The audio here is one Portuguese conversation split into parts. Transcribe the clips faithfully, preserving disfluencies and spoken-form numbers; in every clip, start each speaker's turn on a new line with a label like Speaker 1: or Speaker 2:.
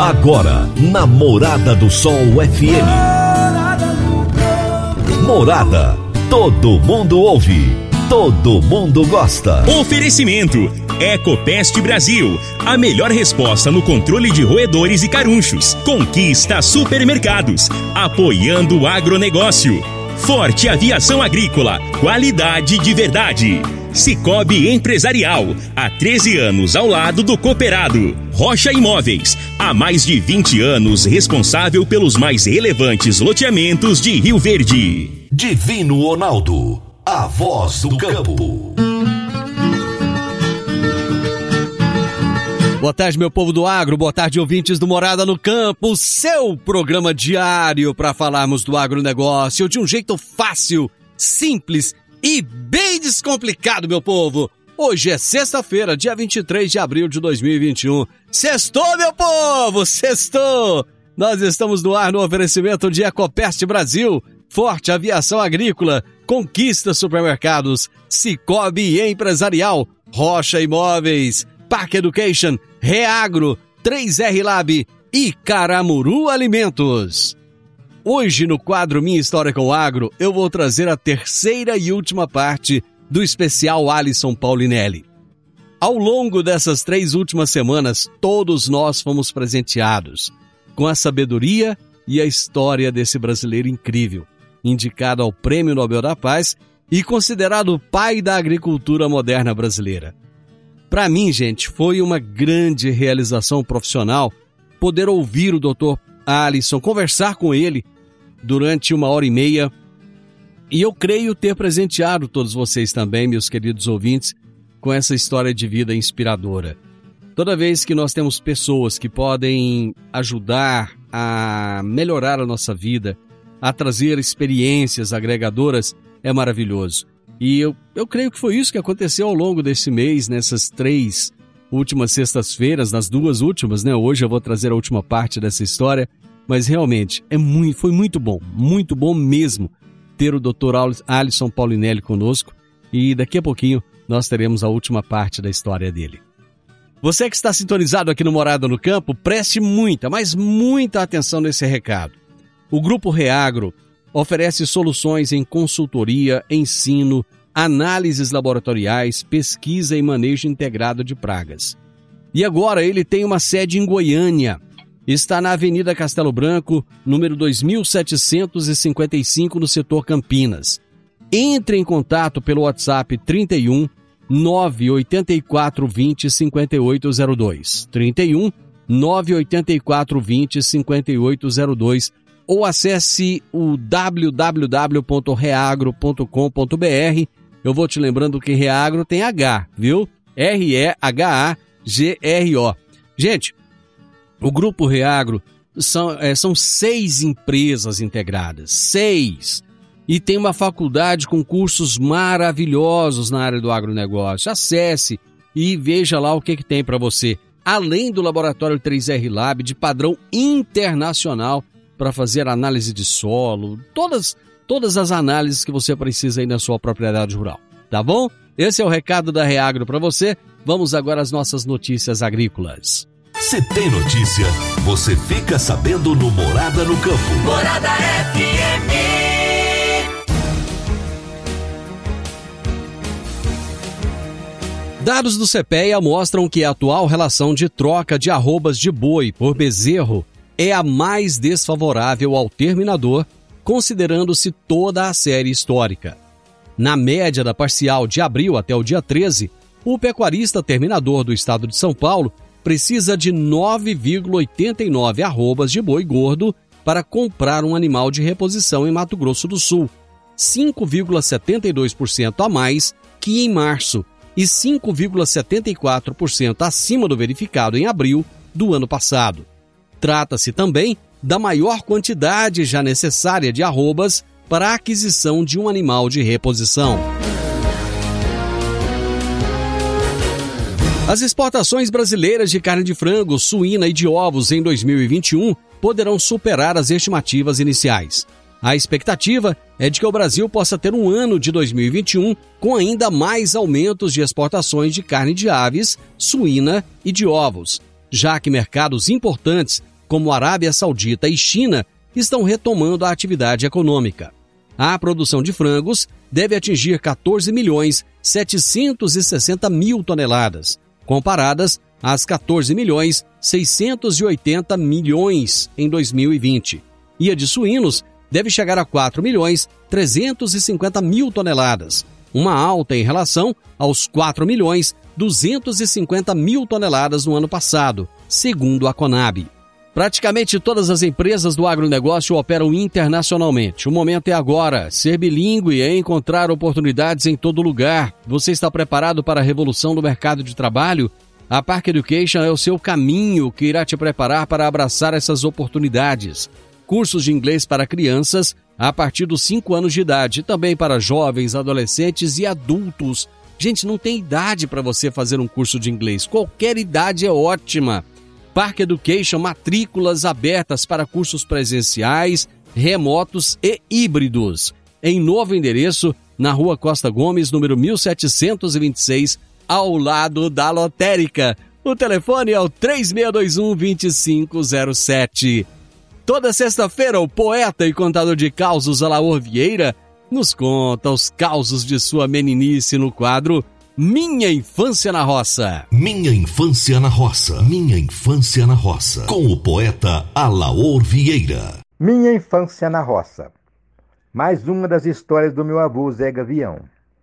Speaker 1: Agora, na Morada do Sol F M. Morada, todo mundo ouve, todo mundo gosta.
Speaker 2: Oferecimento Ecopest Brasil, a melhor resposta no controle de roedores e carunchos. Conquista Supermercados, apoiando o agronegócio. Forte Aviação Agrícola, qualidade de verdade. Cicobi Empresarial, há treze anos ao lado do cooperado. Rocha Imóveis, há mais de vinte anos responsável pelos mais relevantes loteamentos de Rio Verde.
Speaker 1: Divino Ronaldo, a voz do campo.
Speaker 3: Boa tarde, meu povo do agro, boa tarde, ouvintes do Morada no Campo, seu programa diário para falarmos do agronegócio de um jeito fácil, simples e bem descomplicado, meu povo. Hoje é sexta-feira, dia vinte e três de abril de dois mil e vinte e um. Sextou, meu povo, sextou! Nós estamos no ar no oferecimento de Ecopest Brasil, Forte Aviação Agrícola, Conquista Supermercados, Cicobi Empresarial, Rocha Imóveis, Park Education, Reagro, três R Lab e Caramuru Alimentos. Hoje, no quadro Minha História com o Agro, eu vou trazer a terceira e última parte do especial Alisson Paulinelli. Ao longo dessas três últimas semanas, todos nós fomos presenteados com a sabedoria e a história desse brasileiro incrível, indicado ao Prêmio Nobel da Paz e considerado o pai da agricultura moderna brasileira. Para mim, gente, foi uma grande realização profissional poder ouvir o doutor Alisson, conversar com ele durante uma hora e meia, e eu creio ter presenteado todos vocês também, meus queridos ouvintes, com essa história de vida inspiradora. Toda vez que nós temos pessoas que podem ajudar a melhorar a nossa vida, a trazer experiências agregadoras, é maravilhoso. E eu, eu creio que foi isso que aconteceu ao longo desse mês, nessas três últimas sextas-feiras, nas duas últimas, né? Hoje eu vou trazer a última parte dessa história, mas realmente é muito, foi muito bom, muito bom mesmo ter o doutor Alisson Paulinelli conosco, e daqui a pouquinho nós teremos a última parte da história dele. Você que está sintonizado aqui no Morada no Campo, preste muita, mas muita atenção nesse recado. O Grupo Reagro oferece soluções em consultoria, ensino, análises laboratoriais, pesquisa e manejo integrado de pragas. E agora ele tem uma sede em Goiânia. Está na Avenida Castelo Branco, número dois mil setecentos e cinquenta e cinco, no setor Campinas. Entre em contato pelo WhatsApp trinta e um, nove oito quatro, vinte, cinquenta e oito zero dois. trinta e um, nove oito quatro, vinte, cinquenta e oito zero dois. Ou acesse o w w w ponto reagro ponto com ponto b r. Eu vou te lembrando que Reagro tem H, viu? R E H A G R O. Gente, o Grupo Reagro são, é, são seis empresas integradas, seis. E tem uma faculdade com cursos maravilhosos na área do agronegócio. Acesse e veja lá o que, que tem para você. Além do Laboratório três R Lab de padrão internacional, para fazer análise de solo, todas, todas as análises que você precisa aí na sua propriedade rural, tá bom? Esse é o recado da Reagro para você. Vamos agora às nossas notícias agrícolas.
Speaker 1: Se tem notícia, você fica sabendo no Morada no Campo.
Speaker 4: Morada F M.
Speaker 3: Dados do CEPEA mostram que a atual relação de troca de arrobas de boi por bezerro é a mais desfavorável ao terminador, considerando-se toda a série histórica. Na média da parcial de abril até o dia treze, o pecuarista terminador do estado de São Paulo precisa de nove vírgula oitenta e nove arrobas de boi gordo para comprar um animal de reposição em Mato Grosso do Sul, cinco vírgula setenta e dois por cento a mais que em março e cinco vírgula setenta e quatro por cento acima do verificado em abril do ano passado. Trata-se também da maior quantidade já necessária de arrobas para a aquisição de um animal de reposição. As exportações brasileiras de carne de frango, suína e de ovos em dois mil e vinte e um poderão superar as estimativas iniciais. A expectativa é de que o Brasil possa ter um ano de dois mil e vinte e um com ainda mais aumentos de exportações de carne de aves, suína e de ovos, já que mercados importantes como Arábia Saudita e China, estão retomando a atividade econômica. A produção de frangos deve atingir quatorze milhões setecentos e sessenta mil toneladas, comparadas às quatorze milhões seiscentos e oitenta milhões em dois mil e vinte. E a de suínos deve chegar a quatro milhões trezentos e cinquenta mil toneladas, uma alta em relação aos quatro milhões duzentos e cinquenta mil toneladas no ano passado, segundo a Conab. Praticamente todas as empresas do agronegócio operam internacionalmente. O momento é agora. Ser bilíngue é encontrar oportunidades em todo lugar. Você está preparado para a revolução do mercado de trabalho? A Park Education é o seu caminho que irá te preparar para abraçar essas oportunidades. Cursos de inglês para crianças a partir dos cinco anos de idade, também para jovens, adolescentes e adultos. Gente, não tem idade para você fazer um curso de inglês. Qualquer idade é ótima. Park Education, matrículas abertas para cursos presenciais, remotos e híbridos. Em novo endereço, na Rua Costa Gomes, número mil setecentos e vinte e seis, ao lado da lotérica. O telefone é o três seis dois um, dois cinco zero sete. Toda sexta-feira, o poeta e contador de causos Alaor Vieira nos conta os causos de sua meninice no quadro Minha Infância na Roça.
Speaker 1: Minha Infância na Roça. Minha Infância na Roça. Com o poeta Alaor Vieira.
Speaker 5: Minha Infância na Roça. Mais uma das histórias do meu avô Zé Gavião.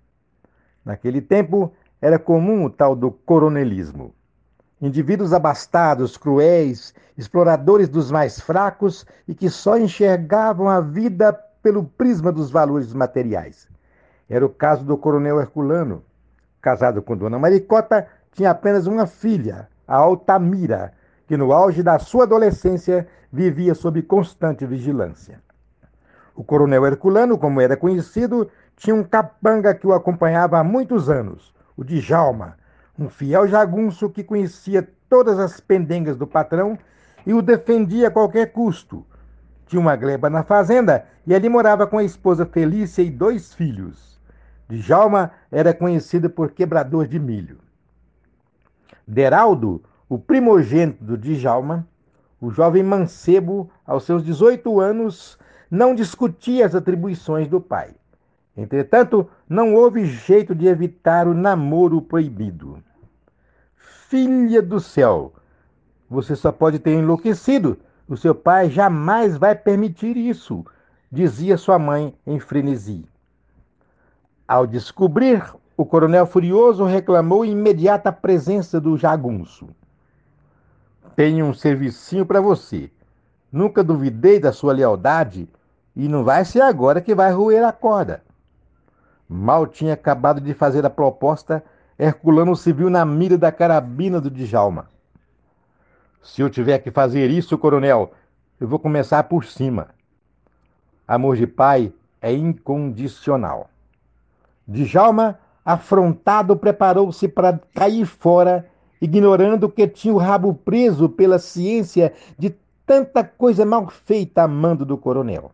Speaker 5: Naquele tempo, era comum o tal do coronelismo. Indivíduos abastados, cruéis, exploradores dos mais fracos e que só enxergavam a vida pelo prisma dos valores materiais. Era o caso do coronel Herculano. Casado com Dona Maricota, tinha apenas uma filha, a Altamira, que no auge da sua adolescência vivia sob constante vigilância. O coronel Herculano, como era conhecido, tinha um capanga que o acompanhava há muitos anos, o Djalma, um fiel jagunço que conhecia todas as pendengas do patrão e o defendia a qualquer custo. Tinha uma gleba na fazenda e ali morava com a esposa Felícia e dois filhos. Djalma era conhecido por quebrador de milho. Deraldo, o primogênito do Djalma, o jovem mancebo, aos seus dezoito anos, não discutia as atribuições do pai. Entretanto, não houve jeito de evitar o namoro proibido. Filha do céu, você só pode ter enlouquecido. O seu pai jamais vai permitir isso, dizia sua mãe em frenesi. Ao descobrir, o coronel furioso reclamou imediata presença do jagunço. Tenho um servicinho para você. Nunca duvidei da sua lealdade e não vai ser agora que vai roer a corda. Mal tinha acabado de fazer a proposta, Herculano se viu na mira da carabina do Djalma. Se eu tiver que fazer isso, coronel, eu vou começar por cima. Amor de pai é incondicional. Djalma, afrontado, preparou-se para cair fora, ignorando que tinha o rabo preso pela ciência de tanta coisa mal feita a mando do coronel.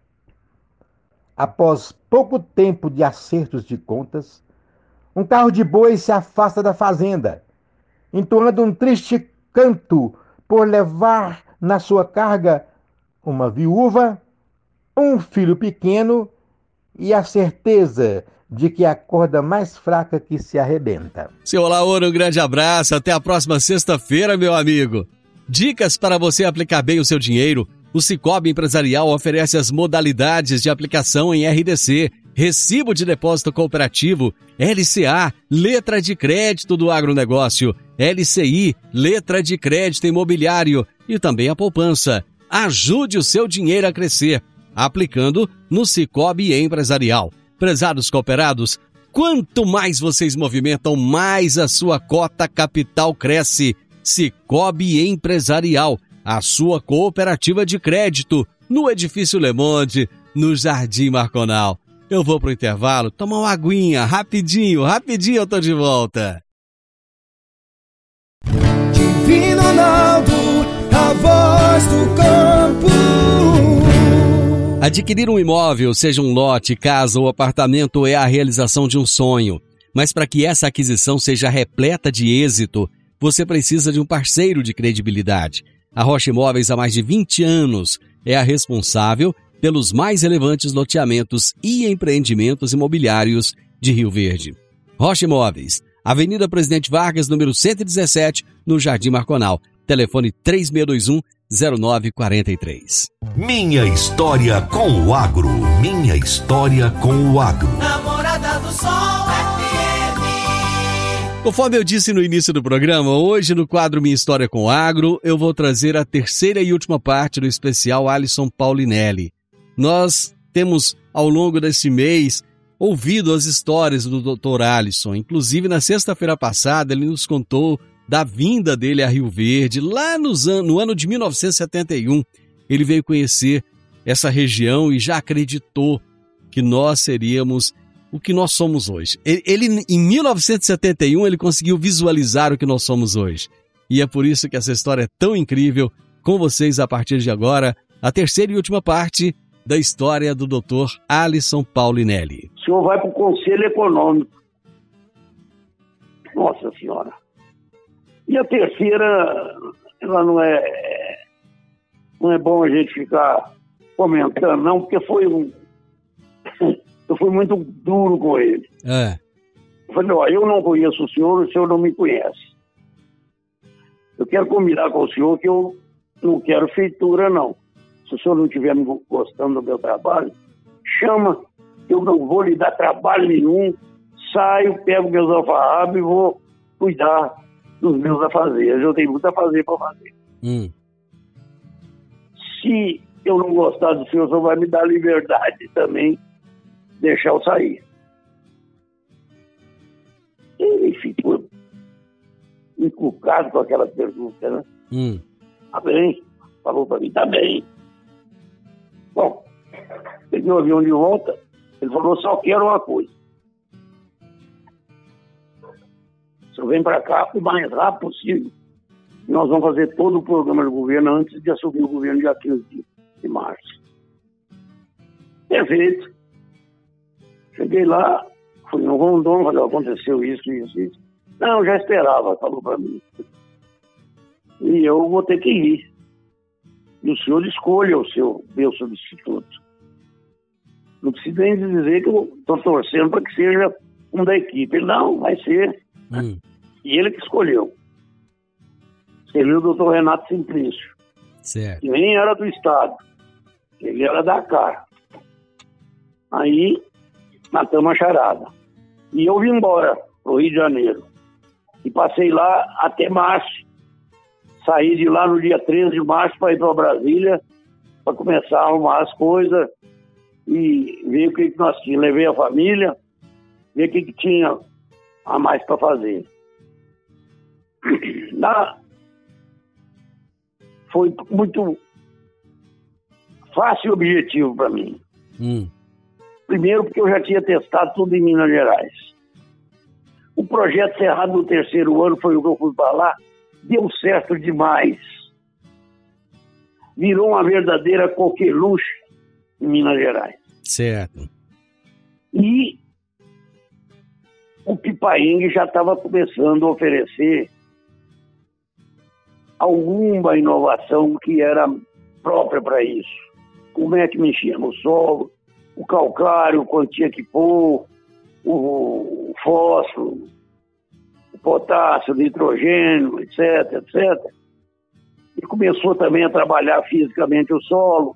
Speaker 5: Após pouco tempo de acertos de contas, um carro de boi se afasta da fazenda, entoando um triste canto por levar na sua carga uma viúva, um filho pequeno e a certeza de que é a corda mais fraca que se arrebenta.
Speaker 3: Seu Alaor, um grande abraço. Até a próxima sexta-feira, meu amigo. Dicas para você aplicar bem o seu dinheiro. O Sicoob Empresarial oferece as modalidades de aplicação em R D C, Recibo de Depósito Cooperativo, L C A, Letra de Crédito do Agronegócio, L C I, Letra de Crédito Imobiliário e também a poupança. Ajude o seu dinheiro a crescer, aplicando no Sicoob Empresarial. Prezados cooperados, quanto mais vocês movimentam, mais a sua cota capital cresce. Sicoob Empresarial, a sua cooperativa de crédito, no Edifício Le Monde, no Jardim Marconal. Eu vou pro intervalo, tomar uma aguinha, rapidinho, rapidinho eu tô de volta.
Speaker 6: Divino Ronaldo, a voz do campo.
Speaker 3: Adquirir um imóvel, seja um lote, casa ou apartamento, é a realização de um sonho. Mas para que essa aquisição seja repleta de êxito, você precisa de um parceiro de credibilidade. A Rocha Imóveis, há mais de vinte anos, é a responsável pelos mais relevantes loteamentos e empreendimentos imobiliários de Rio Verde. Rocha Imóveis, Avenida Presidente Vargas, número cento e dezessete, no Jardim Marconal. Telefone três seis dois um, zero nove quatro três.
Speaker 1: Minha história com o agro. Minha história com o agro.
Speaker 4: Namorada do Sol F M.
Speaker 3: Conforme eu disse no início do programa, hoje no quadro Minha História com o Agro, eu vou trazer a terceira e última parte do especial Alisson Paulinelli. Nós temos, ao longo desse mês, ouvido as histórias do doutor Alisson. Inclusive, na sexta-feira passada, ele nos contou da vinda dele a Rio Verde, lá nos an- no ano de mil novecentos e setenta e um. Ele veio conhecer essa região e já acreditou que nós seríamos o que nós somos hoje. Ele, ele, em mil novecentos e setenta e um, ele conseguiu visualizar o que nós somos hoje. E é por isso que essa história é tão incrível. Com vocês, a partir de agora, a terceira e última parte da história do doutor Alisson Paulinelli.
Speaker 7: O senhor vai para o Conselho Econômico. Nossa Senhora. E a terceira, ela não é, não é bom a gente ficar comentando, não, porque foi um... Eu fui muito duro com ele.
Speaker 3: É.
Speaker 7: Eu falei, ó, eu não conheço o senhor, o senhor não me conhece. Eu quero combinar com o senhor que eu não quero feitura, não. Se o senhor não estiver gostando do meu trabalho, chama, eu não vou lhe dar trabalho nenhum, saio, pego meus alfarrabos e vou cuidar dos meus afazeres. Eu tenho muito a fazer para fazer.
Speaker 3: Hum.
Speaker 7: Se eu não gostar do senhor, o senhor vai me dar liberdade também, deixar eu sair. Ele ficou encucado com aquela pergunta, né?
Speaker 3: Hum.
Speaker 7: Tá bem? Falou para mim, tá bem. Bom, peguei o avião de volta, ele falou, só quero uma coisa. O senhor vem para cá o mais rápido possível. Nós vamos fazer todo o programa do governo antes de assumir o governo dia quinze de março. Perfeito. Cheguei lá, fui no Rondon, falei, aconteceu isso, isso, isso. Não, já esperava, falou para mim. E eu vou ter que ir. E o senhor escolha o seu meu substituto. Não precisa nem dizer que eu estou torcendo para que seja um da equipe. Ele, não, vai ser.
Speaker 3: Hum.
Speaker 7: E ele que escolheu. Escolheu o doutor Renato Simplício.
Speaker 3: Certo.
Speaker 7: Que nem era do Estado. Ele era da C A R. Aí, matamos a charada. E eu vim embora pro Rio de Janeiro. E passei lá até março. Saí de lá no dia treze de março para ir para Brasília, para começar a arrumar as coisas e ver o que, que nós tínhamos. Levei a família, ver o que, que tinha a mais para fazer. Na... Foi muito fácil e objetivo para mim.
Speaker 3: Hum.
Speaker 7: Primeiro porque eu já tinha testado tudo em Minas Gerais. O projeto Cerrado no terceiro ano foi o que eu fui para lá. Deu certo demais. Virou uma verdadeira coqueluche em Minas Gerais.
Speaker 3: Certo.
Speaker 7: E o Pipaengue já estava começando a oferecer alguma inovação que era própria para isso. Como é que mexia no solo, o calcário, quanto tinha que pôr, o fósforo, o potássio, o nitrogênio, etc, etcétera. E começou também a trabalhar fisicamente o solo.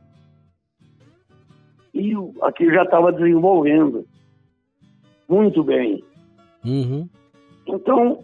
Speaker 7: E aquilo já estava desenvolvendo muito bem.
Speaker 3: Uhum.
Speaker 7: Então,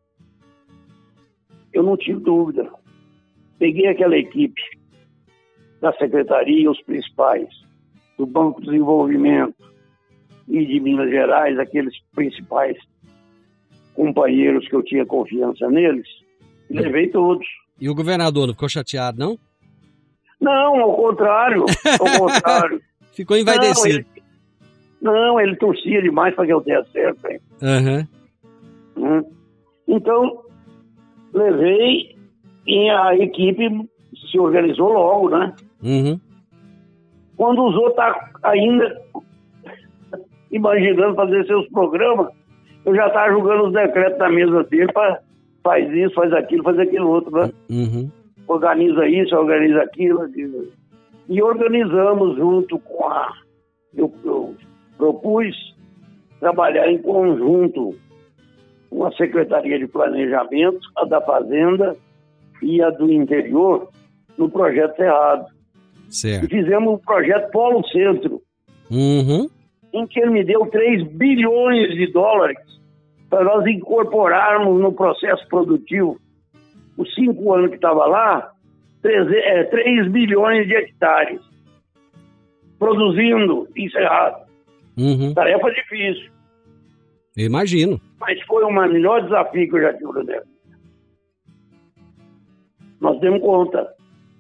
Speaker 7: eu não tive dúvida. Peguei aquela equipe da secretaria, os principais, do Banco de Desenvolvimento e de Minas Gerais, aqueles principais companheiros que eu tinha confiança neles, e levei todos.
Speaker 3: E o governador não ficou chateado, não?
Speaker 7: Não, ao contrário, ao contrário.
Speaker 3: Ficou envaidecido.
Speaker 7: Não ele, não, ele torcia demais para que eu desse certo.
Speaker 3: Uhum.
Speaker 7: Hum. Então, levei e a equipe se organizou logo, né?
Speaker 3: Uhum.
Speaker 7: Quando os outros tá ainda imaginando fazer seus programas, eu já estava jogando os decretos na mesa dele para faz isso, faz aquilo, faz aquilo outro, né?
Speaker 3: Uhum.
Speaker 7: organiza isso, organiza aquilo. E organizamos junto com a... Eu, eu propus trabalhar em conjunto com a Secretaria de Planejamento, a da Fazenda e a do Interior, no projeto Cerrado.
Speaker 3: Certo.
Speaker 7: E fizemos o projeto Polo Centro,
Speaker 3: Uhum.
Speaker 7: em que ele me deu três bilhões de dólares para nós incorporarmos no processo produtivo. Os cinco anos que estava lá, três bilhões de hectares, produzindo em Cerrado.
Speaker 3: Uhum.
Speaker 7: Tarefa difícil.
Speaker 3: Eu imagino.
Speaker 7: Mas foi o melhor desafio que eu já tive, né? Nós demos conta.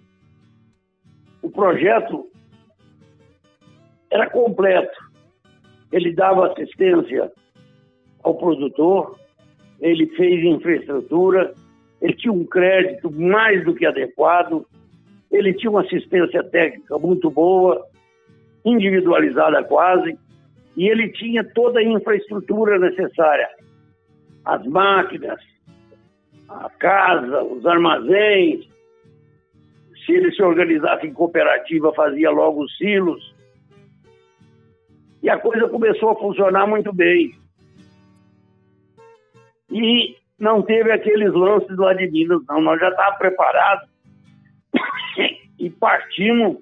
Speaker 7: O projeto era completo. Ele dava assistência ao produtor, ele fez infraestrutura, ele tinha um crédito mais do que adequado, ele tinha uma assistência técnica muito boa, individualizada quase, e ele tinha toda a infraestrutura necessária. As máquinas, a casa, os armazéns. Se ele se organizasse em cooperativa, fazia logo os silos. E a coisa começou a funcionar muito bem. E não teve aqueles lances lá de Minas, não. Nós já estávamos preparados e partimos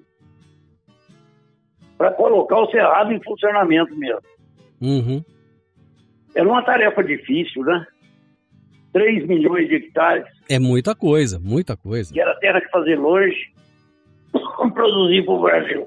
Speaker 7: para colocar o Cerrado em funcionamento mesmo.
Speaker 3: Uhum.
Speaker 7: Era uma tarefa difícil, né? três milhões de hectares.
Speaker 3: É muita coisa, muita coisa.
Speaker 7: Que era terra que fazer longe, produzir para o Brasil.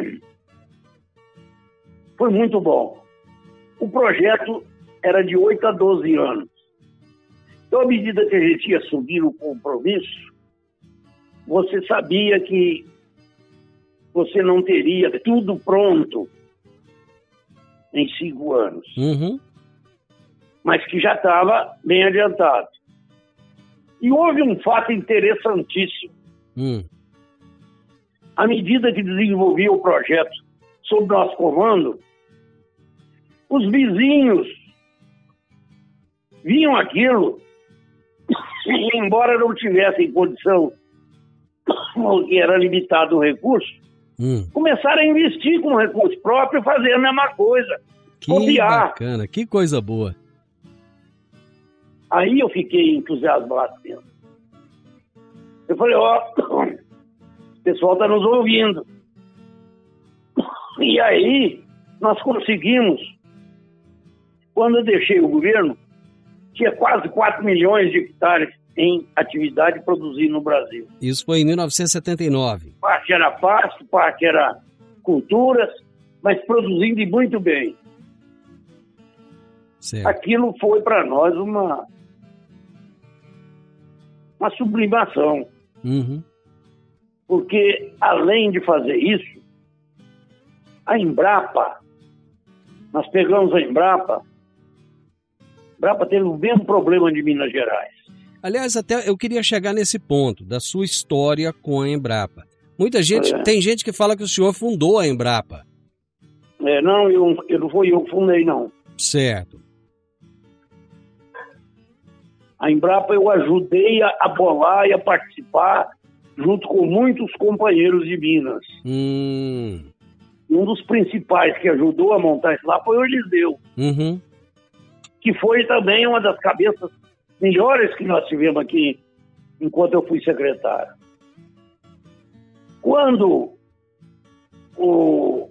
Speaker 7: Foi muito bom. O projeto era de oito a doze anos. Então, à medida que a gente ia subir o compromisso, você sabia que você não teria tudo pronto em cinco anos.
Speaker 3: Uhum.
Speaker 7: Mas que já estava bem adiantado. E houve um fato interessantíssimo.
Speaker 3: Hum.
Speaker 7: À medida que desenvolvia o projeto sob nosso comando, os vizinhos viam aquilo e, embora não tivessem condição, porque era limitado o recurso,
Speaker 3: hum.
Speaker 7: começaram a investir com recurso próprio e fazer a mesma coisa.
Speaker 3: Que
Speaker 7: copiar.
Speaker 3: bacana, que coisa boa.
Speaker 7: Aí eu fiquei entusiasmado mesmo. Eu falei, ó, o pessoal está nos ouvindo. E aí, nós conseguimos, quando eu deixei o governo, tinha quase quatro milhões de hectares em atividade produzindo no Brasil.
Speaker 3: Isso foi em mil novecentos e setenta e nove.
Speaker 7: Parte era pasto, parte era culturas, mas produzindo e muito bem.
Speaker 3: Certo.
Speaker 7: Aquilo foi para nós uma, uma sublimação.
Speaker 3: Uhum.
Speaker 7: Porque, além de fazer isso, a Embrapa, nós pegamos a Embrapa, a Embrapa teve o mesmo problema de Minas Gerais.
Speaker 3: Aliás, até eu queria chegar nesse ponto, da sua história com a Embrapa. Muita gente,
Speaker 7: É.
Speaker 3: tem gente que fala que o senhor fundou a Embrapa.
Speaker 7: É, não, eu, eu não fui eu que fundei, não.
Speaker 3: Certo.
Speaker 7: A Embrapa eu ajudei a, a bolar e a participar junto com muitos companheiros de Minas.
Speaker 3: Hum.
Speaker 7: Um dos principais que ajudou a montar isso lá foi o Eliseu,
Speaker 3: Uhum.
Speaker 7: que foi também uma das cabeças melhores que nós tivemos aqui enquanto eu fui secretário. Quando o...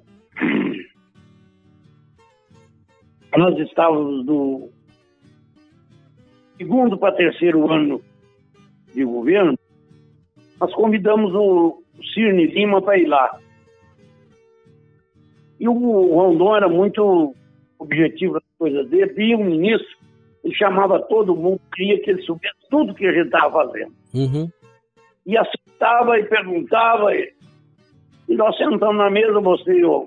Speaker 7: nós estávamos no segundo para terceiro ano de governo, nós convidamos o Cirne Lima para ir lá. E o Rondon era muito objetivo nas coisas dele, e o ministro, ele chamava todo mundo, queria que ele soubesse tudo que a gente estava fazendo.
Speaker 3: Uhum.
Speaker 7: E aceitava e perguntava, e, e nós sentamos na mesa, eu mostrei ao,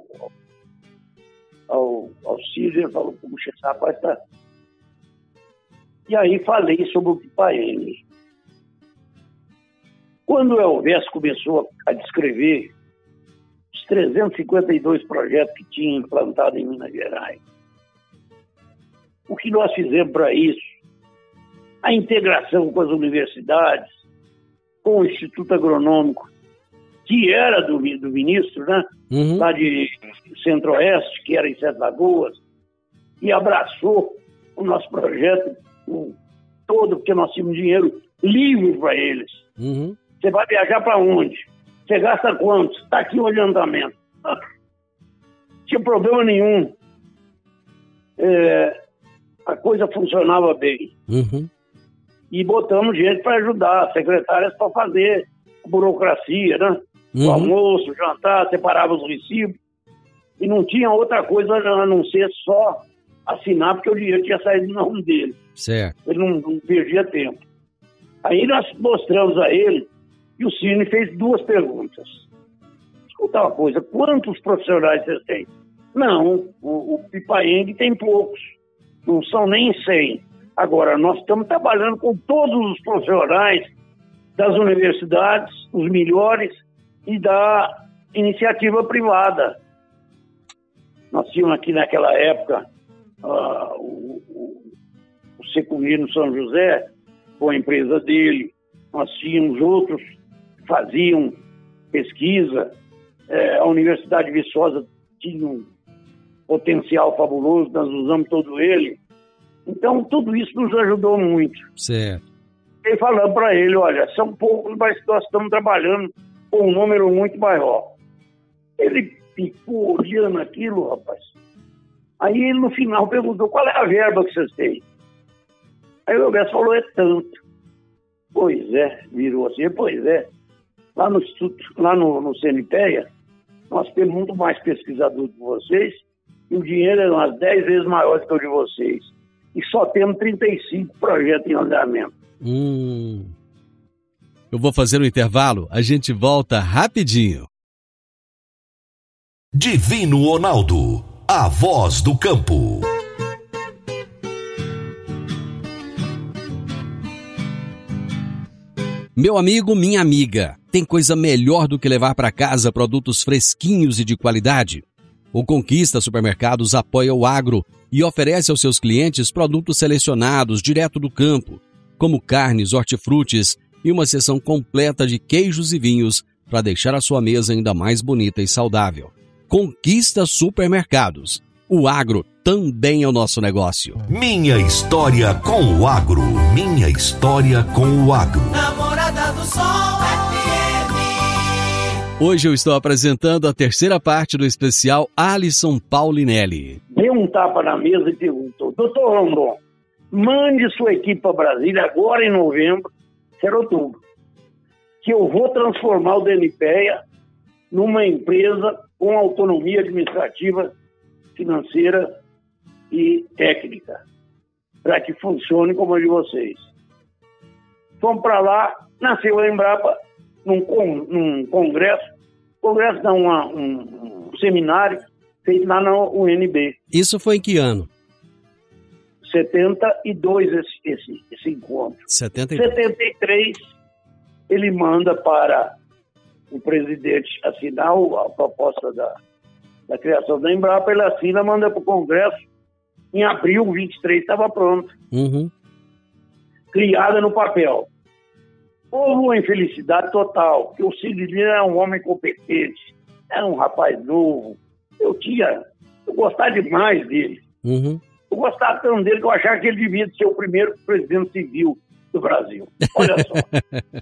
Speaker 7: ao, ao Cid, ele falou, puxa, esse rapaz tá... E aí falei sobre o Pipaene. Quando o Elvésio começou a descrever os trezentos e cinquenta e dois projetos que tinha implantado em Minas Gerais, o que nós fizemos para isso, a integração com as universidades, com o Instituto Agronômico, que era do, do ministro, né? Uhum. Lá de Centro-Oeste, que era em Sete Lagoas, e abraçou o nosso projeto o, todo, porque nós tínhamos dinheiro livre para eles. Uhum. Você vai viajar para onde? Você gasta quanto? Está aqui o adiantamento. Não tinha problema nenhum. É, a coisa funcionava bem. Uhum. E botamos gente para ajudar, secretárias para fazer a burocracia, né? Uhum. O almoço, o jantar, separava os recibos. E não tinha outra coisa a não ser só assinar, porque o dinheiro tinha saído do nome dele.
Speaker 3: Certo.
Speaker 7: Ele não, não perdia tempo. Aí nós mostramos a ele, e o Cine fez duas perguntas. Escuta uma coisa, quantos profissionais vocês têm? Não, o, o Pipaengue tem poucos, não são nem cem. Agora, nós estamos trabalhando com todos os profissionais das universidades, os melhores, e da iniciativa privada. Nós tínhamos aqui naquela época uh, o, o, o Secunino São José, com a empresa dele. Nós tínhamos outros que faziam pesquisa. É, a Universidade de Viçosa tinha um potencial fabuloso, nós usamos todo ele. Então, tudo isso nos ajudou muito.
Speaker 3: Certo.
Speaker 7: E falando para ele, olha, são poucos, mas nós estamos trabalhando com um número muito maior. Ele ficou olhando aquilo, rapaz. Aí ele, no final, perguntou, qual é a verba que vocês têm? Aí o Roberto falou, é tanto. Pois é, virou assim, pois é. Lá no Instituto, lá no, no CNPEA, nós temos muito mais pesquisador que vocês, e o dinheiro é umas dez vezes maior do que o de vocês. E só temos trinta e cinco projetos em andamento.
Speaker 3: Hum. Eu vou fazer um intervalo, a gente volta rapidinho.
Speaker 1: Divino Ronaldo, a voz do campo.
Speaker 3: Meu amigo, minha amiga, tem coisa melhor do que levar para casa produtos fresquinhos e de qualidade? O Conquista Supermercados apoia o agro e oferece aos seus clientes produtos selecionados direto do campo, como carnes, hortifrutis e uma seção completa de queijos e vinhos para deixar a sua mesa ainda mais bonita e saudável. Conquista Supermercados. O agro também é o nosso negócio.
Speaker 1: Minha história com o agro. Minha história com o agro.
Speaker 4: Namorada do Sol F M.
Speaker 3: Hoje eu estou apresentando a terceira parte do especial Alisson Paulinelli.
Speaker 7: Deu um tapa na mesa e perguntou, doutor Rondon, mande sua equipe para Brasília agora em novembro, será outubro, que eu vou transformar o DNPEA numa empresa com autonomia administrativa, financeira e técnica, para que funcione como a de vocês. Fomos para lá, nasceu a Embrapa num, con, num congresso, congresso não, uma, um, um seminário feito lá na U N B.
Speaker 3: Isso foi em que ano?
Speaker 7: setenta e dois esse, esse, esse encontro.
Speaker 3: setenta e dois.
Speaker 7: setenta e três ele manda para o presidente assinar a proposta da, da criação da Embrapa, ele assina, manda para o Congresso. Em abril, vinte e três, estava pronto.
Speaker 3: Uhum.
Speaker 7: Criada no papel. Houve uma infelicidade total, porque o Sidney era um homem competente, era um rapaz novo. Eu tinha, eu gostava demais dele.
Speaker 3: Uhum.
Speaker 7: Eu gostava tanto dele que eu achava que ele devia ser o primeiro presidente civil do Brasil. Olha só.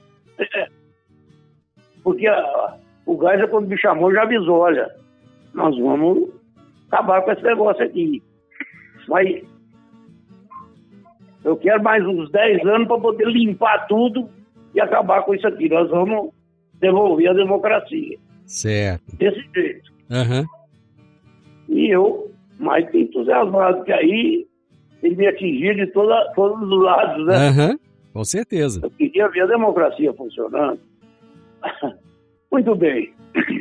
Speaker 7: Porque a, o Geisel, quando me chamou, já avisou, olha, nós vamos acabar com esse negócio aqui. Mas eu quero mais uns dez anos para poder limpar tudo e acabar com isso aqui. Nós vamos devolver a democracia.
Speaker 3: Certo.
Speaker 7: Desse jeito.
Speaker 3: Uhum.
Speaker 7: E eu, mais que entusiasmado, que aí ele me atingia de toda, todos os lados, né?
Speaker 3: Uhum. Com certeza.
Speaker 7: Eu queria ver a democracia funcionando. Muito bem.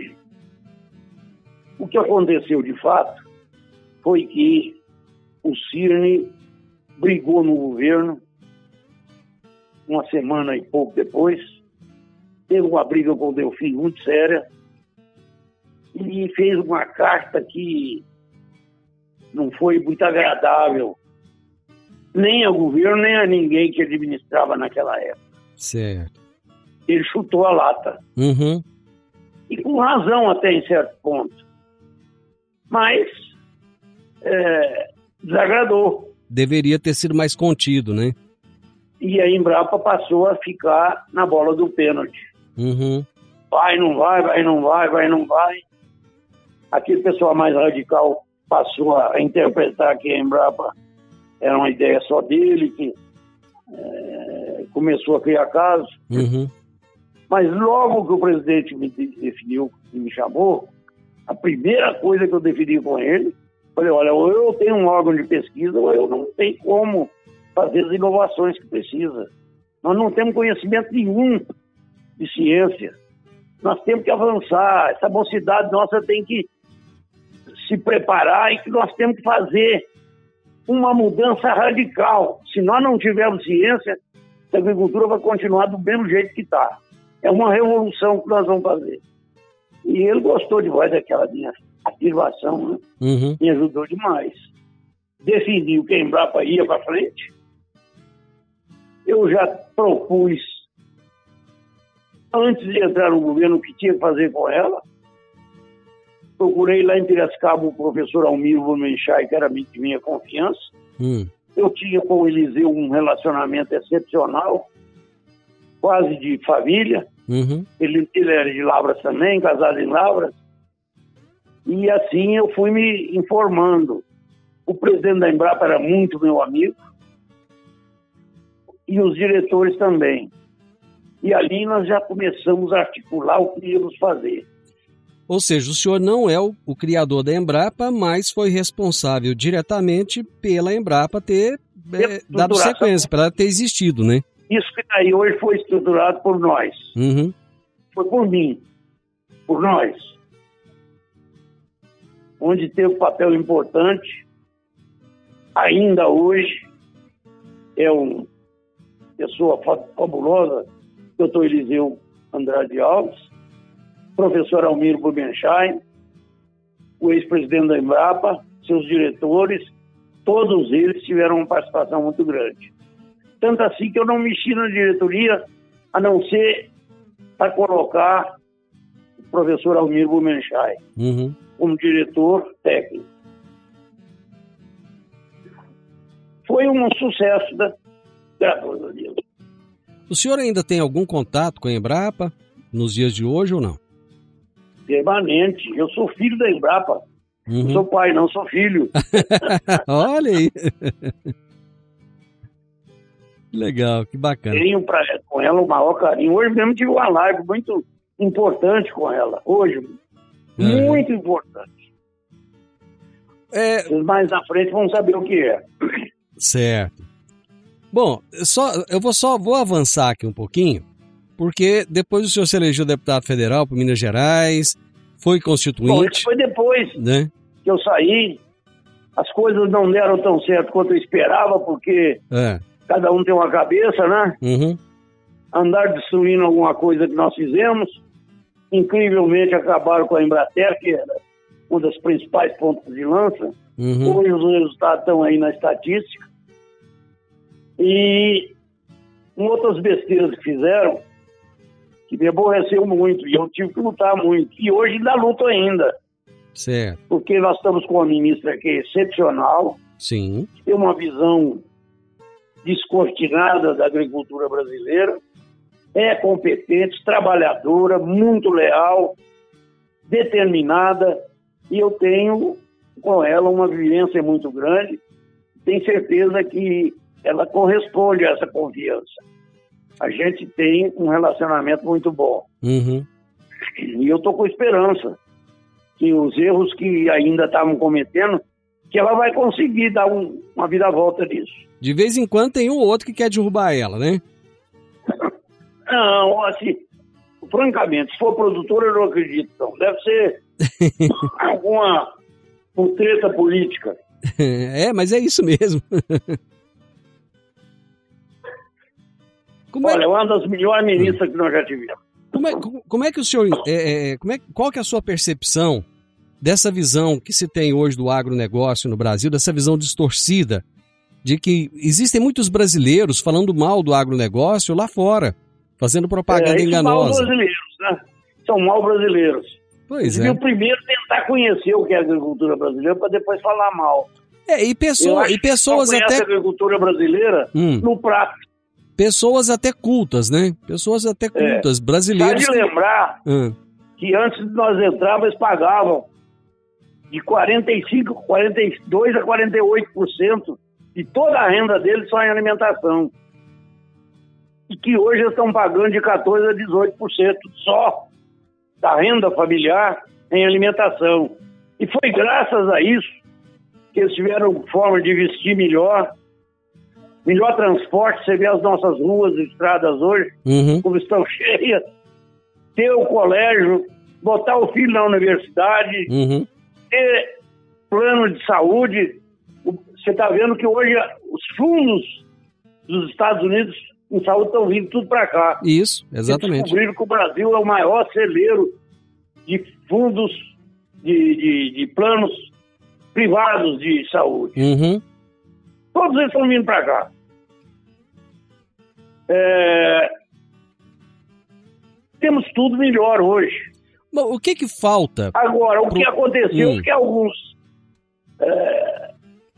Speaker 7: O que aconteceu de fato foi que o Cirne brigou no governo uma semana e pouco depois, teve uma briga com o Delfim muito séria e fez uma carta que não foi muito agradável nem ao governo, nem a ninguém que administrava naquela época.
Speaker 3: Certo.
Speaker 7: ele chutou a lata.
Speaker 3: Uhum.
Speaker 7: E com razão até em certo ponto. Mas é, desagradou.
Speaker 3: Deveria ter sido mais contido, né?
Speaker 7: E a Embrapa passou a ficar na bola do pênalti.
Speaker 3: Uhum.
Speaker 7: Vai, não vai, vai, não vai, vai, não vai. Aquele pessoal mais radical passou a interpretar que a Embrapa era uma ideia só dele, que é, começou a criar casos.
Speaker 3: Uhum.
Speaker 7: Mas logo que o presidente me definiu e me chamou, a primeira coisa que eu defini com ele, falei, olha, ou eu tenho um órgão de pesquisa, ou eu não tenho como fazer as inovações que precisa. Nós não temos conhecimento nenhum de ciência. Nós temos que avançar. Essa mocidade nossa tem que se preparar e que nós temos que fazer uma mudança radical. Se nós não tivermos ciência, a agricultura vai continuar do mesmo jeito que está. É uma revolução que nós vamos fazer. E ele gostou demais daquela minha ativação, né?
Speaker 3: Uhum.
Speaker 7: Me ajudou demais. Definiu que a Embrapa ia para frente. Eu já propus, antes de entrar no governo, o que tinha que fazer com ela. Procurei lá em Piracicaba o professor Almiro Blumenschai, que era de minha confiança.
Speaker 3: Uhum.
Speaker 7: Eu tinha com o Eliseu um relacionamento excepcional, quase de família.
Speaker 3: Uhum.
Speaker 7: Ele, ele era de Lavras também, casado em Lavras. E assim eu fui me informando. O presidente da Embrapa era muito meu amigo. E os diretores também. E ali nós já começamos a articular o que íamos fazer.
Speaker 3: Ou seja, o senhor não é o, o criador da Embrapa, mas foi responsável diretamente pela Embrapa ter é, dado sequência, para ela ter existido, né?
Speaker 7: Isso que está aí hoje foi estruturado por nós.
Speaker 3: Uhum.
Speaker 7: Foi por mim, por nós. Onde teve um papel importante, ainda hoje, é uma pessoa fabulosa, doutor Eliseu Andrade Alves, professor Almiro Blumenschai, o ex-presidente da Embrapa, seus diretores, todos eles tiveram uma participação muito grande. Tanto assim que eu não mexi na diretoria, a não ser para colocar o professor Almiro Blumenschai
Speaker 3: uhum.
Speaker 7: como diretor técnico. Foi um sucesso, da... graças a Deus.
Speaker 3: O senhor ainda tem algum contato com a Embrapa nos dias de hoje ou não?
Speaker 7: Permanente. Eu sou filho da Embrapa.
Speaker 3: Uhum.
Speaker 7: Não sou pai, não, sou filho.
Speaker 3: Olha aí. Legal, que bacana.
Speaker 7: Tenho pra, com ela o maior carinho. Hoje mesmo tive uma live muito importante com ela. Hoje, uhum. muito importante.
Speaker 3: É...
Speaker 7: Vocês mais na frente vão saber o que é.
Speaker 3: Certo. Bom, só, eu vou só vou avançar aqui um pouquinho, porque depois o senhor se elegeu deputado federal por Minas Gerais, foi constituinte.
Speaker 7: Bom, isso foi depois,
Speaker 3: né?
Speaker 7: Que eu saí. As coisas não deram tão certo quanto eu esperava, porque
Speaker 3: é.
Speaker 7: cada um tem uma cabeça, né?
Speaker 3: Uhum.
Speaker 7: Andar destruindo alguma coisa que nós fizemos. Incrivelmente acabaram com a Embrater, que era uma das principais pontas de lança.
Speaker 3: Uhum.
Speaker 7: Hoje os resultados estão aí na estatística. E com outras besteiras que fizeram, que me aborreceu muito, e eu tive que lutar muito. E hoje ainda luto ainda.
Speaker 3: Certo.
Speaker 7: Porque nós estamos com uma ministra que é excepcional.
Speaker 3: Sim.
Speaker 7: Tem uma visão descortinada da agricultura brasileira. É competente, trabalhadora, muito leal, determinada. E eu tenho com ela uma vivência muito grande. Tenho certeza que ela corresponde a essa confiança. A gente tem um relacionamento muito bom.
Speaker 3: Uhum.
Speaker 7: E eu estou com esperança que os erros que ainda estavam cometendo, que ela vai conseguir dar um, uma viravolta nisso.
Speaker 3: De vez em quando tem um ou outro que quer derrubar ela, né?
Speaker 7: Não, assim, francamente, se for produtora, eu não acredito, não. Deve ser alguma treta política.
Speaker 3: É, mas é isso mesmo.
Speaker 7: Como Olha, é uma das melhores ministras que nós já tivemos.
Speaker 3: Como é, como é que o senhor... É, é, como é, qual que é a sua percepção dessa visão que se tem hoje do agronegócio no Brasil, dessa visão distorcida, de que existem muitos brasileiros falando mal do agronegócio lá fora, Fazendo propaganda
Speaker 7: é,
Speaker 3: enganosa.
Speaker 7: São mal brasileiros, né? São mal brasileiros.
Speaker 3: Pois
Speaker 7: Devia
Speaker 3: é.
Speaker 7: primeiro tentar conhecer o que é a agricultura brasileira para depois falar mal.
Speaker 3: É, e, pessoa, e pessoas
Speaker 7: que
Speaker 3: até...
Speaker 7: a agricultura brasileira
Speaker 3: hum.
Speaker 7: no prato.
Speaker 3: Pessoas até cultas, né? Pessoas até cultas, é. brasileiros.
Speaker 7: Pode lembrar hum. que antes de nós entrarmos, eles pagavam de quarenta e cinco, quarenta e dois a quarenta e oito por cento de toda a renda deles só em alimentação. E que hoje eles estão pagando de quatorze a dezoito por cento só da renda familiar em alimentação. E foi graças a isso que eles tiveram forma de vestir melhor, melhor transporte. Você vê as nossas ruas e estradas hoje,
Speaker 3: uhum. como
Speaker 7: estão cheias, ter o colégio, botar o filho na universidade,
Speaker 3: uhum.
Speaker 7: ter plano de saúde. Você está vendo que hoje os fundos dos Estados Unidos em saúde estão vindo tudo para cá.
Speaker 3: Isso, exatamente.
Speaker 7: Eles descobriram que o Brasil é o maior celeiro de fundos, de, de, de planos privados de saúde.
Speaker 3: Uhum.
Speaker 7: Todos eles estão vindo para cá. É... Temos tudo melhor hoje.
Speaker 3: Bom, o que que falta?
Speaker 7: Agora, o
Speaker 3: pro...
Speaker 7: que aconteceu
Speaker 3: hum.
Speaker 7: é que alguns, é...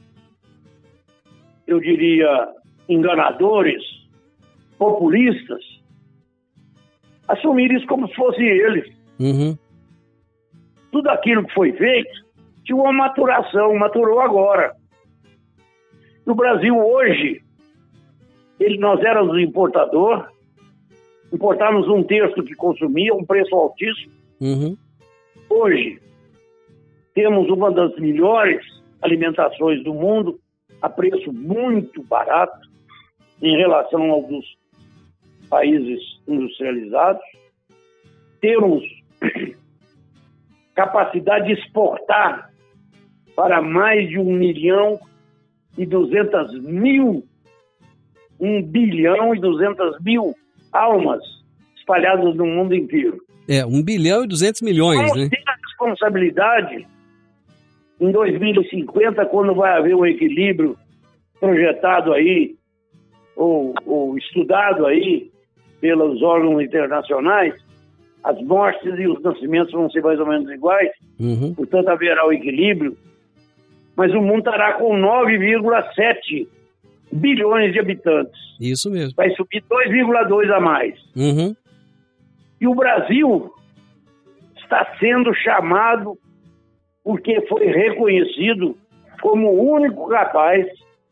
Speaker 7: eu diria, enganadores, populistas, assumiram isso como se fossem eles.
Speaker 3: Uhum.
Speaker 7: Tudo aquilo que foi feito tinha uma maturação, maturou agora. No Brasil hoje, ele, nós éramos importador, importávamos um terço do que consumia, um preço altíssimo.
Speaker 3: Uhum.
Speaker 7: Hoje, temos uma das melhores alimentações do mundo, a preço muito barato, em relação aos dos países industrializados. Temos capacidade de exportar para mais de um milhão e duzentas mil, um bilhão e duzentas mil almas espalhadas no mundo inteiro.
Speaker 3: É, um bilhão e duzentos milhões,
Speaker 7: Vamos
Speaker 3: né?
Speaker 7: ter a responsabilidade em dois mil e cinquenta, quando vai haver um equilíbrio projetado aí, ou, ou estudado aí pelos órgãos internacionais, as mortes e os nascimentos vão ser mais ou menos iguais,
Speaker 3: uhum.
Speaker 7: portanto haverá o equilíbrio, mas o mundo estará com nove vírgula sete bilhões de habitantes.
Speaker 3: Isso mesmo.
Speaker 7: Vai subir dois vírgula dois a mais.
Speaker 3: Uhum.
Speaker 7: E o Brasil está sendo chamado, porque foi reconhecido como o único capaz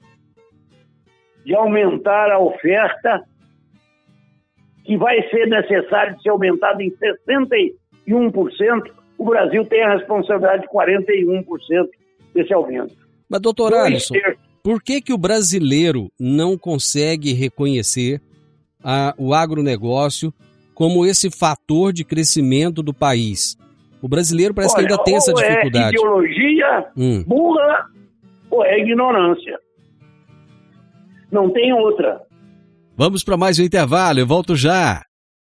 Speaker 7: de aumentar a oferta, que vai ser necessário de ser aumentada em sessenta e um por cento. O Brasil tem a responsabilidade de quarenta e um por cento desse aumento.
Speaker 3: Mas, doutor Alisson, por que que o brasileiro não consegue reconhecer a, o agronegócio como esse fator de crescimento do país? O brasileiro parece
Speaker 7: Olha,
Speaker 3: que ainda tem essa dificuldade.
Speaker 7: É ideologia
Speaker 3: hum.
Speaker 7: burra ou é ignorância. Não tem outra.
Speaker 3: Vamos para mais um intervalo, eu volto já.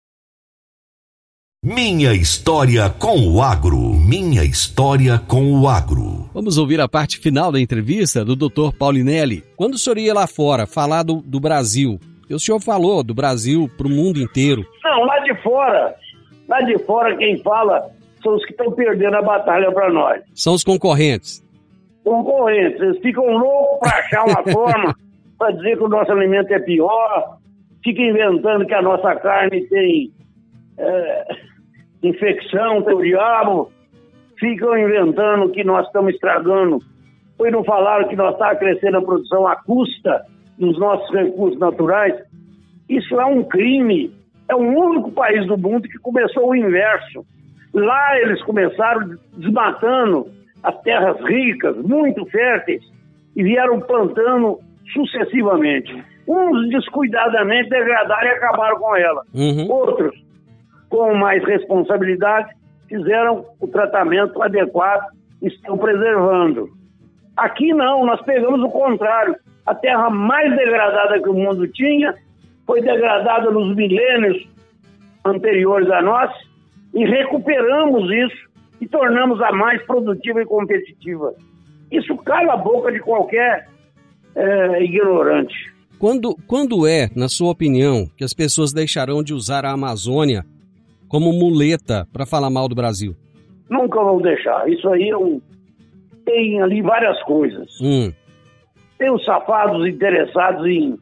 Speaker 1: Minha história com o agro. Minha história com o agro.
Speaker 3: Vamos ouvir a parte final da entrevista do doutor Paulinelli. Quando o senhor ia lá fora falar do, do Brasil, o senhor falou do Brasil para o mundo inteiro.
Speaker 7: Não, lá de fora, lá de fora quem fala são os que estão perdendo a batalha para nós.
Speaker 3: São os concorrentes.
Speaker 7: Concorrentes, eles ficam loucos para achar uma forma para dizer que o nosso alimento é pior, fica inventando que a nossa carne tem é, infecção, tem o diabo, ficam inventando que nós estamos estragando. Pois não falaram que nós estamos crescendo a produção à custa dos nossos recursos naturais? Isso é um crime. É o único país do mundo que começou o inverso. Lá eles começaram desmatando as terras ricas, muito férteis, e vieram plantando sucessivamente. Uns descuidadamente degradaram e acabaram com ela.
Speaker 3: Uhum.
Speaker 7: Outros, com mais responsabilidade, fizeram o tratamento adequado e estão preservando. Aqui não, nós pegamos o contrário. A terra mais degradada que o mundo tinha foi degradada nos milênios anteriores a nós e recuperamos isso e tornamos a mais produtiva e competitiva. Isso cala a boca de qualquer é, ignorante.
Speaker 3: Quando, quando é, na sua opinião, que as pessoas deixarão de usar a Amazônia como muleta para falar mal do Brasil?
Speaker 7: Nunca vão deixar. Isso aí é um... tem ali várias coisas.
Speaker 3: Hum.
Speaker 7: Tem os safados interessados em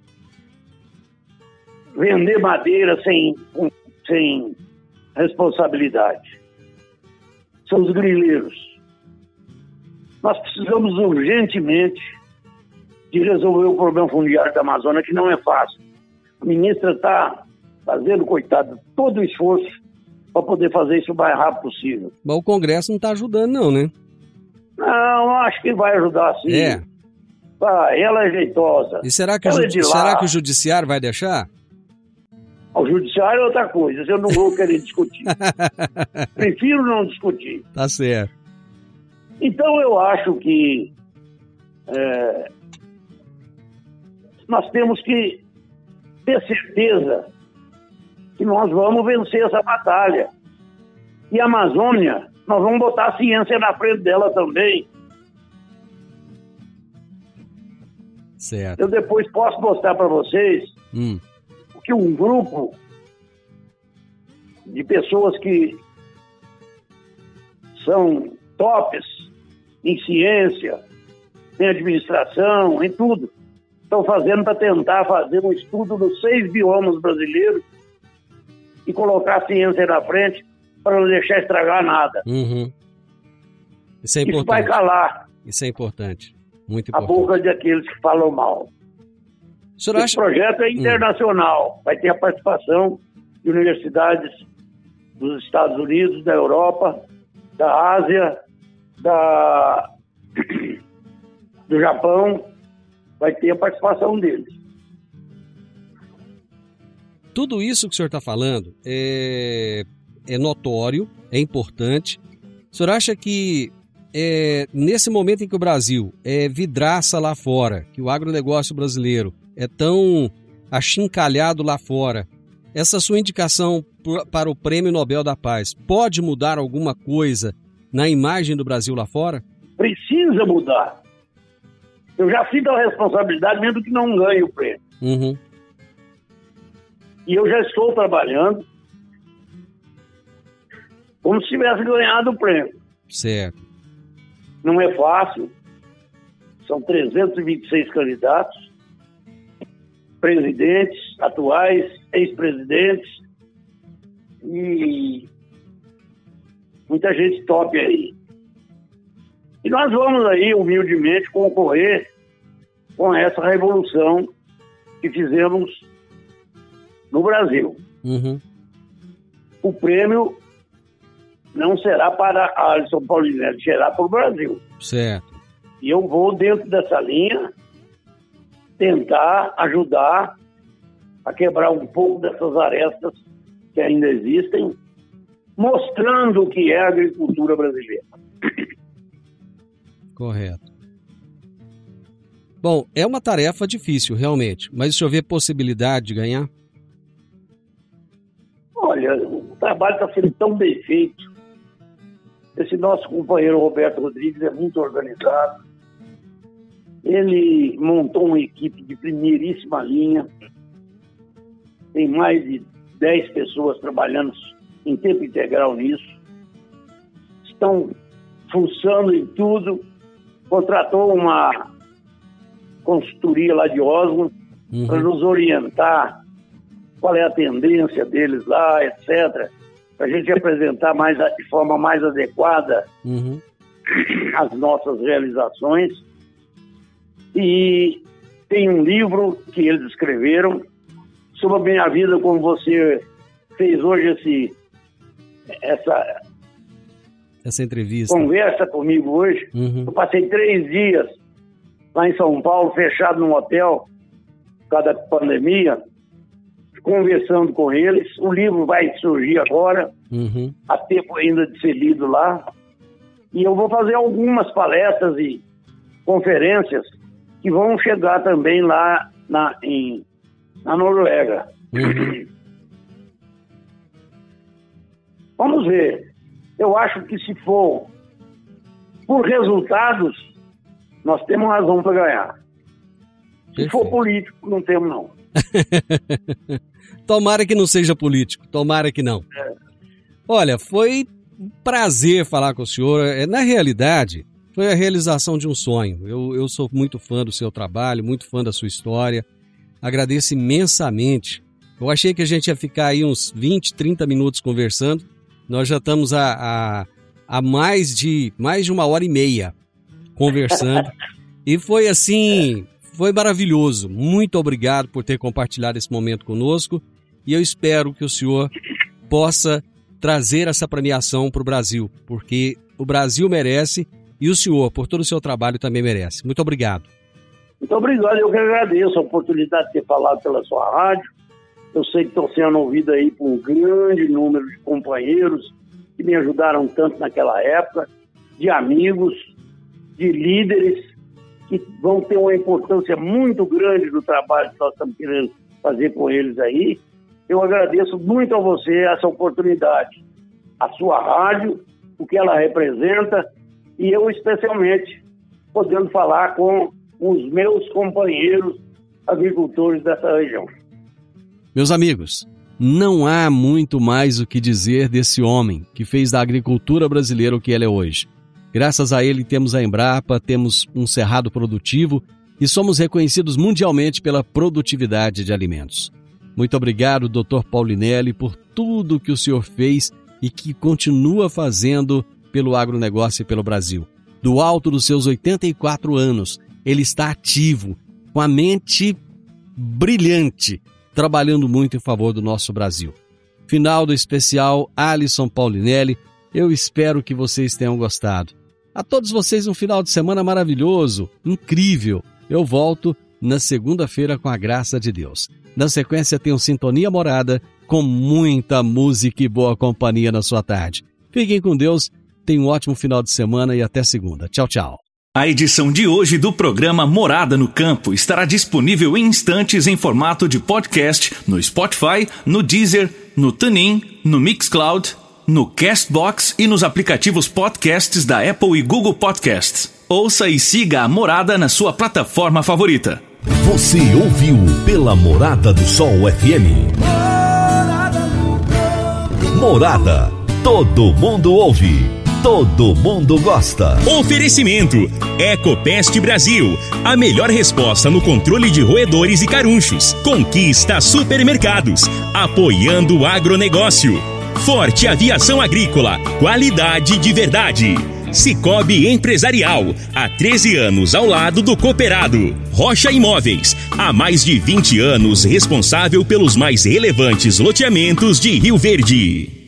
Speaker 7: vender madeira sem, sem responsabilidade. São os grileiros. Nós precisamos urgentemente de resolver o problema fundiário da Amazônia, que não é fácil. A ministra está fazendo, coitado, todo o esforço para poder fazer isso o mais rápido possível.
Speaker 3: Mas o Congresso não está ajudando não, né?
Speaker 7: Não, acho que vai ajudar sim.
Speaker 3: É.
Speaker 7: Vai, ela é jeitosa.
Speaker 3: E será que, o,
Speaker 7: Ela é
Speaker 3: judi-
Speaker 7: de lá.
Speaker 3: será que o Judiciário vai deixar?
Speaker 7: O Judiciário é outra coisa, isso eu não vou querer discutir. Prefiro não discutir.
Speaker 3: Tá certo.
Speaker 7: Então eu acho que é, nós temos que ter certeza que nós vamos vencer essa batalha. E a Amazônia, nós vamos botar a ciência na frente dela também.
Speaker 3: Certo.
Speaker 7: Eu depois posso mostrar para vocês
Speaker 3: Hum.
Speaker 7: que um grupo de pessoas que são tops em ciência, em administração, em tudo, estão fazendo para tentar fazer um estudo dos seis biomas brasileiros e colocar a ciência na frente para não deixar estragar nada.
Speaker 3: Uhum. Isso é
Speaker 7: Isso
Speaker 3: importante.
Speaker 7: vai calar
Speaker 3: Isso é importante. Muito
Speaker 7: a
Speaker 3: importante.
Speaker 7: boca daqueles que falam mal.
Speaker 3: O senhor
Speaker 7: Esse
Speaker 3: acha...
Speaker 7: projeto é internacional, vai ter a participação de universidades dos Estados Unidos, da Europa, da Ásia, da... do Japão, vai ter a participação deles.
Speaker 3: Tudo isso que o senhor está falando é... é notório, é importante. O senhor acha que é, nesse momento em que o Brasil é vidraça lá fora, que o agronegócio brasileiro é tão achincalhado lá fora, essa sua indicação para o Prêmio Nobel da Paz pode mudar alguma coisa na imagem do Brasil lá fora?
Speaker 7: Precisa mudar. Eu já sinto a responsabilidade mesmo que não ganhe o prêmio.
Speaker 3: Uhum.
Speaker 7: E eu já estou trabalhando como se tivesse ganhado o prêmio.
Speaker 3: Certo.
Speaker 7: Não é fácil. São trezentos e vinte e seis candidatos, presidentes atuais, ex-presidentes e muita gente top aí. E nós vamos aí, humildemente, concorrer com essa revolução que fizemos no Brasil.
Speaker 3: Uhum.
Speaker 7: O prêmio não será para a Alisson Paulinelli, será para o Brasil.
Speaker 3: Certo.
Speaker 7: E eu vou, dentro dessa linha, tentar ajudar a quebrar um pouco dessas arestas que ainda existem, mostrando o que é a agricultura brasileira.
Speaker 3: Correto. Bom, é uma tarefa difícil, realmente, mas o senhor vê possibilidade de ganhar?
Speaker 7: Olha, o trabalho está sendo tão bem feito. Esse nosso companheiro Roberto Rodrigues é muito organizado. Ele montou uma equipe de primeiríssima linha. Tem mais de dez pessoas trabalhando em tempo integral nisso. Estão fuçando em tudo. Contratou uma consultoria lá de Oslo uhum. para nos orientar qual é a tendência deles lá, etcétera, para a gente apresentar mais, de forma mais adequada
Speaker 3: uhum.
Speaker 7: as nossas realizações. E tem um livro que eles escreveram sobre a minha vida, como você fez hoje esse, essa,
Speaker 3: essa entrevista.
Speaker 7: Conversa comigo hoje.
Speaker 3: Uhum.
Speaker 7: Eu passei três dias lá em São Paulo, fechado num hotel, por causa da pandemia, conversando com eles. O livro vai surgir agora,
Speaker 3: uhum.
Speaker 7: há tempo ainda de ser lido lá. E eu vou fazer algumas palestras e conferências que vão chegar também lá na, em, na Noruega.
Speaker 3: Uhum.
Speaker 7: Vamos ver. Eu acho que se for por resultados, nós temos razão para ganhar. Se for político, não temos não.
Speaker 3: Tomara que não seja político, tomara que não. É. Olha, foi um prazer falar com o senhor. Na realidade, foi a realização de um sonho. Eu, eu sou muito fã do seu trabalho, muito fã da sua história. Agradeço imensamente. Eu achei que a gente ia ficar aí uns vinte, trinta minutos conversando. Nós já estamos a, a, a mais, de, mais de uma hora e meia conversando. E foi assim... Foi maravilhoso. Muito obrigado por ter compartilhado esse momento conosco e eu espero que o senhor possa trazer essa premiação para o Brasil, porque o Brasil merece e o senhor, por todo o seu trabalho, também merece. Muito obrigado.
Speaker 7: Muito obrigado. Eu que agradeço a oportunidade de ter falado pela sua rádio. Eu sei que estou sendo ouvido aí por um grande número de companheiros que me ajudaram tanto naquela época, de amigos, de líderes, que vão ter uma importância muito grande no trabalho que nós estamos querendo fazer com eles aí. Eu agradeço muito a você essa oportunidade, a sua rádio, o que ela representa, e eu especialmente podendo falar com os meus companheiros agricultores dessa região.
Speaker 3: Meus amigos, não há muito mais o que dizer desse homem que fez da agricultura brasileira o que ela é hoje. Graças a ele temos a Embrapa, temos um cerrado produtivo e somos reconhecidos mundialmente pela produtividade de alimentos. Muito obrigado, doutor Paulinelli, por tudo que o senhor fez e que continua fazendo pelo agronegócio e pelo Brasil. Do alto dos seus oitenta e quatro anos, ele está ativo, com a mente brilhante, trabalhando muito em favor do nosso Brasil. Final do especial Alisson Paulinelli, eu espero que vocês tenham gostado. A todos vocês um final de semana maravilhoso, incrível. Eu volto na segunda-feira com a graça de Deus. Na sequência tem um Sintonia Morada com muita música e boa companhia na sua tarde. Fiquem com Deus, tenham um ótimo final de semana e até segunda. Tchau, tchau.
Speaker 2: A edição de hoje do programa Morada no Campo estará disponível em instantes em formato de podcast no Spotify, no Deezer, no TuneIn, no Mixcloud, no Castbox e nos aplicativos podcasts da Apple e Google Podcasts. Ouça e siga a Morada na sua plataforma favorita.
Speaker 1: Você ouviu pela Morada do Sol F M. Morada. Todo mundo ouve. Todo mundo gosta.
Speaker 2: Oferecimento Ecopest Brasil. A melhor resposta no controle de roedores e carunchos. Conquista Supermercados. Apoiando o agronegócio. Forte Aviação Agrícola, qualidade de verdade. Cicobi Empresarial, há treze anos ao lado do cooperado. Rocha Imóveis, há mais de vinte anos responsável pelos mais relevantes loteamentos de Rio Verde.